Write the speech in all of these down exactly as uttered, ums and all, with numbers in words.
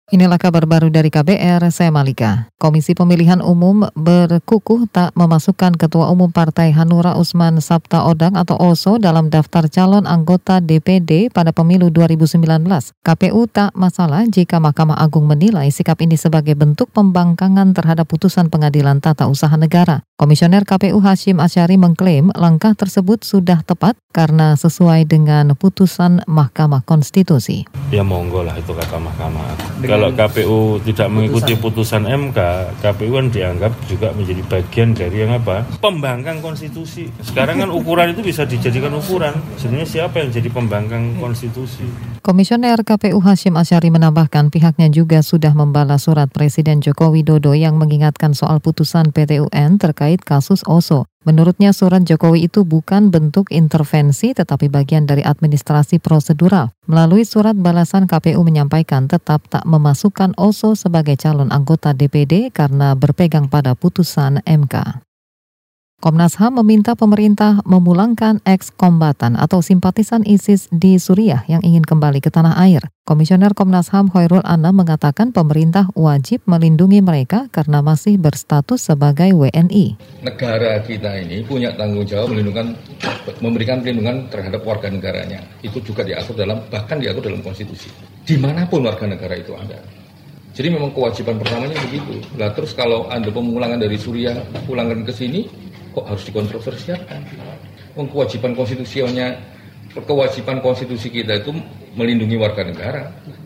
Inilah kabar baru dari K B R, saya Malika. Komisi Pemilihan Umum berkukuh tak memasukkan Ketua Umum Partai Hanura Usman Sabtaodang atau O S O dalam daftar calon anggota D P D pada pemilu dua ribu sembilan belas. K P U tak masalah jika Mahkamah Agung menilai sikap ini sebagai bentuk pembangkangan terhadap putusan Pengadilan Tata Usaha Negara. Komisioner K P U Hasyim Asyari mengklaim langkah tersebut sudah tepat karena sesuai dengan putusan Mahkamah Konstitusi. Ya monggo lah itu kata Mahkamah. Kalau K P U tidak mengikuti putusan M K, K P U kan dianggap juga menjadi bagian dari yang apa? Pembangkang konstitusi. Sekarang kan ukuran itu bisa dijadikan ukuran. Sebenarnya siapa yang jadi pembangkang konstitusi? Komisioner K P U Hasyim Asyari menambahkan pihaknya juga sudah membalas surat Presiden Joko Widodo yang mengingatkan soal putusan P T U N terkait kasus O S O. Menurutnya surat Jokowi itu bukan bentuk intervensi tetapi bagian dari administrasi prosedural. Melalui surat balasan K P U menyampaikan tetap tak memasukkan O S O sebagai calon anggota D P D karena berpegang pada putusan M K. Komnas H A M meminta pemerintah memulangkan eks-kombatan atau simpatisan ISIS di Suriah yang ingin kembali ke tanah air. Komisioner Komnas H A M Khairul Anam mengatakan pemerintah wajib melindungi mereka karena masih berstatus sebagai W N I. Negara kita ini punya tanggung jawab melindungi, memberikan perlindungan terhadap warga negaranya. Itu juga diatur dalam, bahkan diatur dalam konstitusi. Dimanapun warga negara itu ada. Jadi memang kewajiban pertamanya begitu. Lah terus kalau Anda pemulangan dari Suriah pulangkan ke sini, kok harus dikontroversialkan? Kewajiban konstitusinya, kewajiban konstitusi kita itu melindungi warga negara.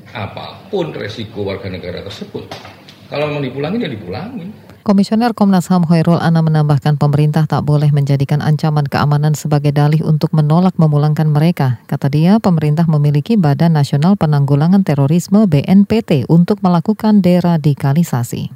Apapun resiko warga negara tersebut. Kalau mau dipulangin ya dipulangin. Komisioner Komnas H A M Khairul Anam menambahkan pemerintah tak boleh menjadikan ancaman keamanan sebagai dalih untuk menolak memulangkan mereka. Kata dia, pemerintah memiliki Badan Nasional Penanggulangan Terorisme B N P T untuk melakukan deradikalisasi.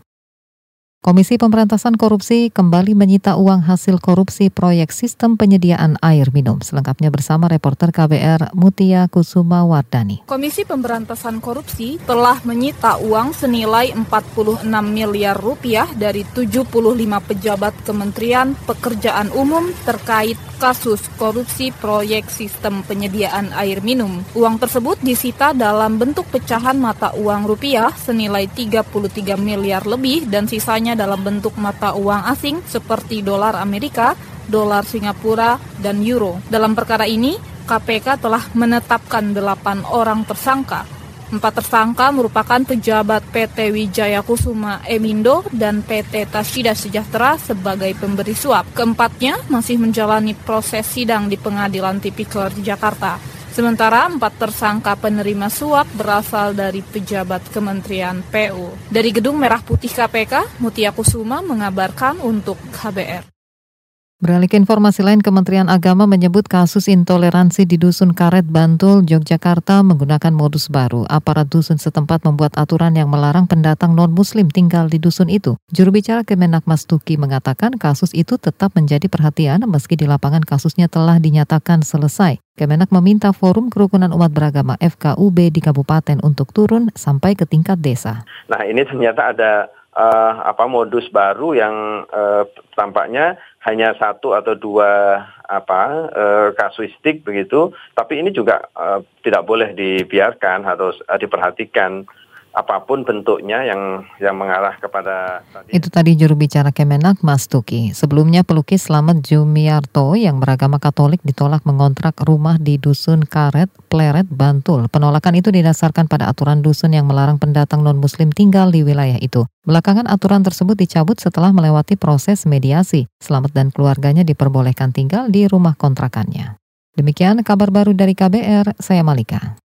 Komisi Pemberantasan Korupsi kembali menyita uang hasil korupsi proyek sistem penyediaan air minum. Selengkapnya bersama reporter K B R Mutia Kusuma Wardani. Komisi Pemberantasan Korupsi telah menyita uang senilai empat puluh enam miliar rupiah dari tujuh puluh lima pejabat Kementerian Pekerjaan Umum terkait kasus korupsi proyek sistem penyediaan air minum. Uang tersebut disita dalam bentuk pecahan mata uang rupiah senilai tiga puluh tiga miliar lebih dan sisanya dalam bentuk mata uang asing seperti dolar Amerika, dolar Singapura, dan euro. Dalam perkara ini, K P K telah menetapkan delapan orang tersangka. Empat tersangka merupakan pejabat P T Wijaya Kusuma Emindo dan P T Tashida Sejahtera sebagai pemberi suap. Keempatnya masih menjalani proses sidang di Pengadilan Tipikor di Jakarta. Sementara empat tersangka penerima suap berasal dari pejabat Kementerian P U. Dari Gedung Merah Putih K P K, Mutia Kusuma mengabarkan untuk K B R. Beralih ke informasi lain, Kementerian Agama menyebut kasus intoleransi di Dusun Karet, Bantul, Yogyakarta menggunakan modus baru. Aparat dusun setempat membuat aturan yang melarang pendatang non-muslim tinggal di dusun itu. Juru bicara Kemenak Mas Tuki mengatakan kasus itu tetap menjadi perhatian meski di lapangan kasusnya telah dinyatakan selesai. Kemenak meminta Forum Kerukunan Umat Beragama F K U B di kabupaten untuk turun sampai ke tingkat desa. Nah, ini ternyata ada uh, apa modus baru yang uh, tampaknya hanya satu atau dua apa uh, kasuistik begitu, tapi ini juga uh, tidak boleh dibiarkan, harus uh, diperhatikan apapun bentuknya yang yang mengarah kepada tadi. Itu tadi juru bicara Kemenak Mas Tuki. Sebelumnya pelukis Slamet Jumiarto yang beragama Katolik ditolak mengontrak rumah di Dusun Karet, Pleret, Bantul. Penolakan itu didasarkan pada aturan dusun yang melarang pendatang non-muslim tinggal di wilayah itu. Belakangan aturan tersebut dicabut setelah melewati proses mediasi. Slamet dan keluarganya diperbolehkan tinggal di rumah kontrakannya. Demikian kabar baru dari K B R, saya Malika.